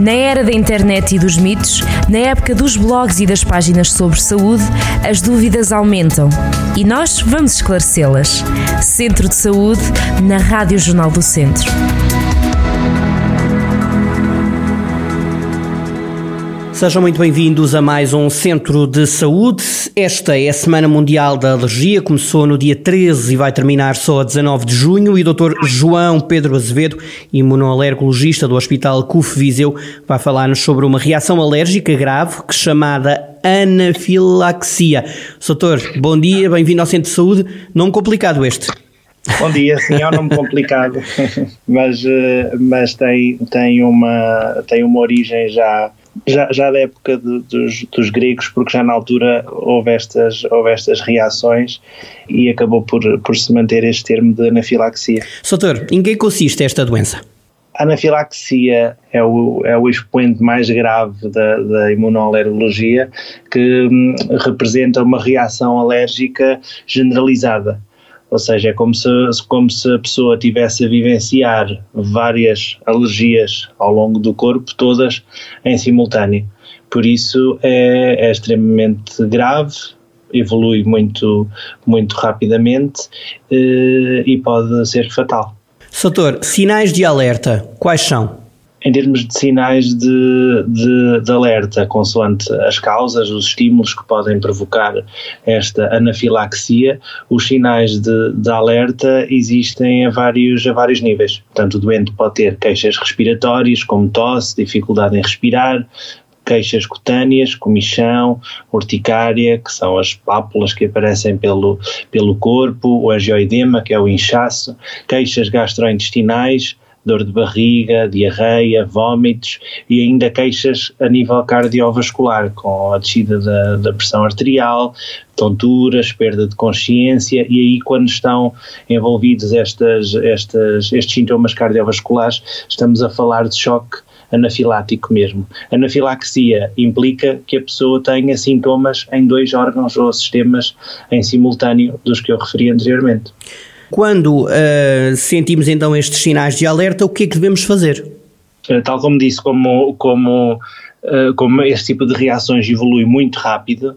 Na era da internet e dos mitos, na época dos blogs e das páginas sobre saúde, as dúvidas aumentam e nós vamos esclarecê-las. Centro de Saúde, na Rádio Jornal do Centro. Sejam muito bem-vindos a mais um Centro de Saúde. Esta é a Semana Mundial da Alergia, começou no dia 13 e vai terminar só a 19 de junho, e o Dr. João Pedro Azevedo, imunoalergologista do Hospital CUF Viseu, vai falar-nos sobre uma reação alérgica grave chamada anafilaxia. Doutor, bom dia, bem-vindo ao Centro de Saúde. Nome complicado este. Bom dia, sim, é um nome complicado, mas tem uma origem já da época dos gregos, porque já na altura houve estas reações e acabou por se manter este termo de anafilaxia. Doutor, em que consiste esta doença? A anafilaxia é o expoente mais grave da imunoalergologia, que representa uma reação alérgica generalizada. Ou seja, é como se a pessoa tivesse a vivenciar várias alergias ao longo do corpo, todas em simultâneo. Por isso é extremamente grave, evolui muito, muito rapidamente e pode ser fatal. Doutor, sinais de alerta, quais são? Em termos de sinais de alerta, consoante as causas, os estímulos que podem provocar esta anafilaxia, os sinais de alerta existem a vários níveis. Portanto, o doente pode ter queixas respiratórias, como tosse, dificuldade em respirar, queixas cutâneas, comichão, urticária, que são as pápulas que aparecem pelo corpo, o angioedema, que é o inchaço, queixas gastrointestinais, dor de barriga, diarreia, vômitos e ainda queixas a nível cardiovascular, com a descida da pressão arterial, tonturas, perda de consciência, e aí quando estão envolvidos estes sintomas cardiovasculares, estamos a falar de choque anafilático mesmo. Anafilaxia implica que a pessoa tenha sintomas em 2 órgãos ou sistemas em simultâneo dos que eu referi anteriormente. Quando sentimos então estes sinais de alerta, o que é que devemos fazer? Tal como disse, como este tipo de reações evolui muito rápido,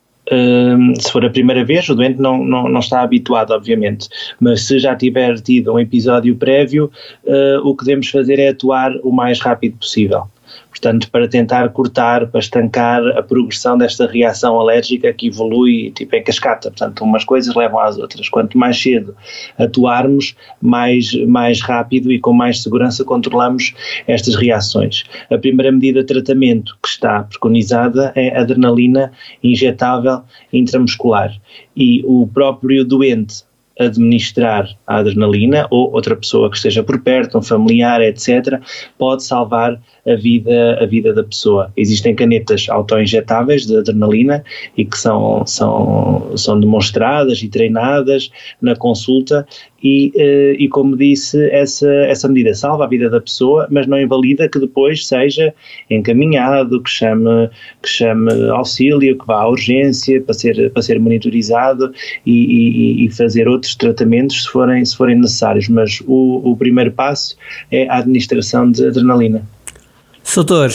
se for a primeira vez, o doente não está habituado, obviamente, mas se já tiver tido um episódio prévio, o que devemos fazer é atuar o mais rápido possível. Portanto, para tentar cortar, para estancar a progressão desta reação alérgica que evolui tipo em cascata. Portanto, umas coisas levam às outras. Quanto mais cedo atuarmos, mais rápido e com mais segurança controlamos estas reações. A primeira medida de tratamento que está preconizada é a adrenalina injetável intramuscular. E o próprio doente administrar a adrenalina ou outra pessoa que esteja por perto, um familiar, etc., pode salvar a vida da pessoa. Existem canetas autoinjetáveis de adrenalina e que são demonstradas e treinadas na consulta e como disse, essa medida salva a vida da pessoa, mas não invalida que depois seja encaminhado, que chame auxílio, que vá à urgência para ser monitorizado e fazer outros tratamentos se forem necessários, mas o primeiro passo é a administração de adrenalina. Doutor,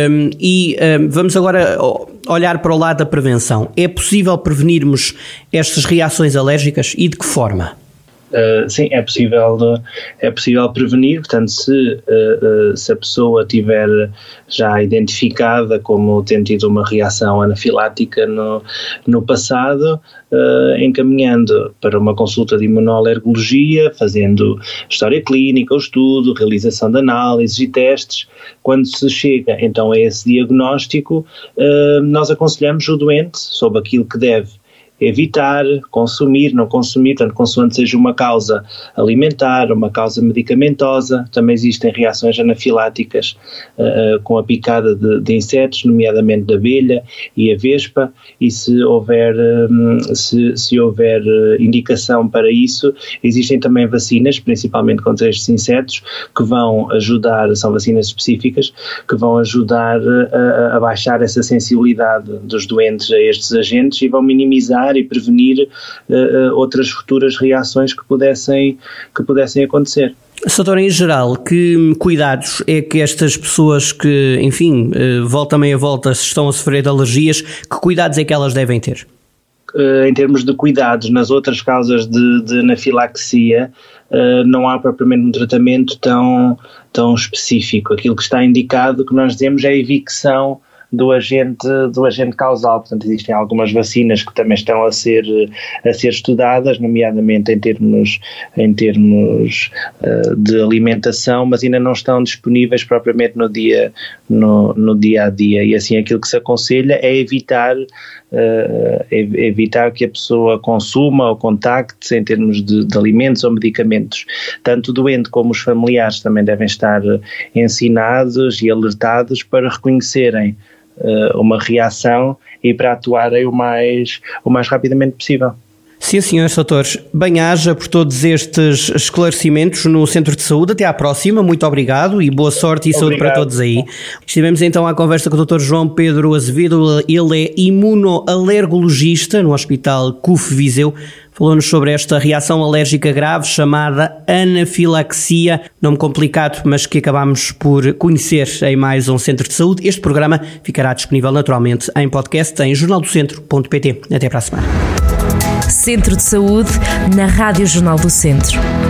vamos agora olhar para o lado da prevenção. É possível prevenirmos estas reações alérgicas e de que forma? Sim, é possível prevenir. Portanto, se a pessoa tiver já identificada como tendo tido uma reação anafilática no passado, encaminhando para uma consulta de imunoalergologia, fazendo história clínica, o estudo, realização de análises e testes. Quando se chega então a esse diagnóstico, nós aconselhamos o doente sobre aquilo que deve evitar, consumir, não consumir, tanto consoante seja uma causa alimentar, uma causa medicamentosa. Também existem reações anafiláticas com a picada de insetos, nomeadamente da abelha e a vespa, e se houver indicação para isso, existem também vacinas, principalmente contra estes insetos, que vão ajudar, são vacinas específicas, que vão ajudar a baixar essa sensibilidade dos doentes a estes agentes e vão minimizar evitar e prevenir outras futuras reações que pudessem acontecer. Doutor, em geral, que cuidados é que estas pessoas que, enfim, volta meia volta, estão a sofrer de alergias, que cuidados é que elas devem ter? Em termos de cuidados, nas outras causas de anafilaxia, não há propriamente um tratamento tão específico. Aquilo que está indicado, que nós dizemos, é a evicção do agente causal. Portanto, existem algumas vacinas que também estão a ser estudadas, nomeadamente em termos de alimentação, mas ainda não estão disponíveis propriamente no dia a dia, e assim aquilo que se aconselha é evitar que a pessoa consuma ou contacte em termos de alimentos ou medicamentos. Tanto o doente como os familiares também devem estar ensinados e alertados para reconhecerem uma reação e para atuarem o mais rapidamente possível. Sim, senhores doutores, bem-aja por todos estes esclarecimentos no Centro de Saúde. Até à próxima, muito obrigado e boa sorte e saúde para todos aí. Estivemos então à conversa com o Dr. João Pedro Azevedo, ele é imunoalergologista no Hospital CUF Viseu. Falou-nos sobre esta reação alérgica grave chamada anafilaxia, nome complicado, mas que acabamos por conhecer em mais um Centro de Saúde. Este programa ficará disponível naturalmente em podcast em jornaldocentro.pt. Até para a semana. Centro de Saúde, na Rádio Jornal do Centro.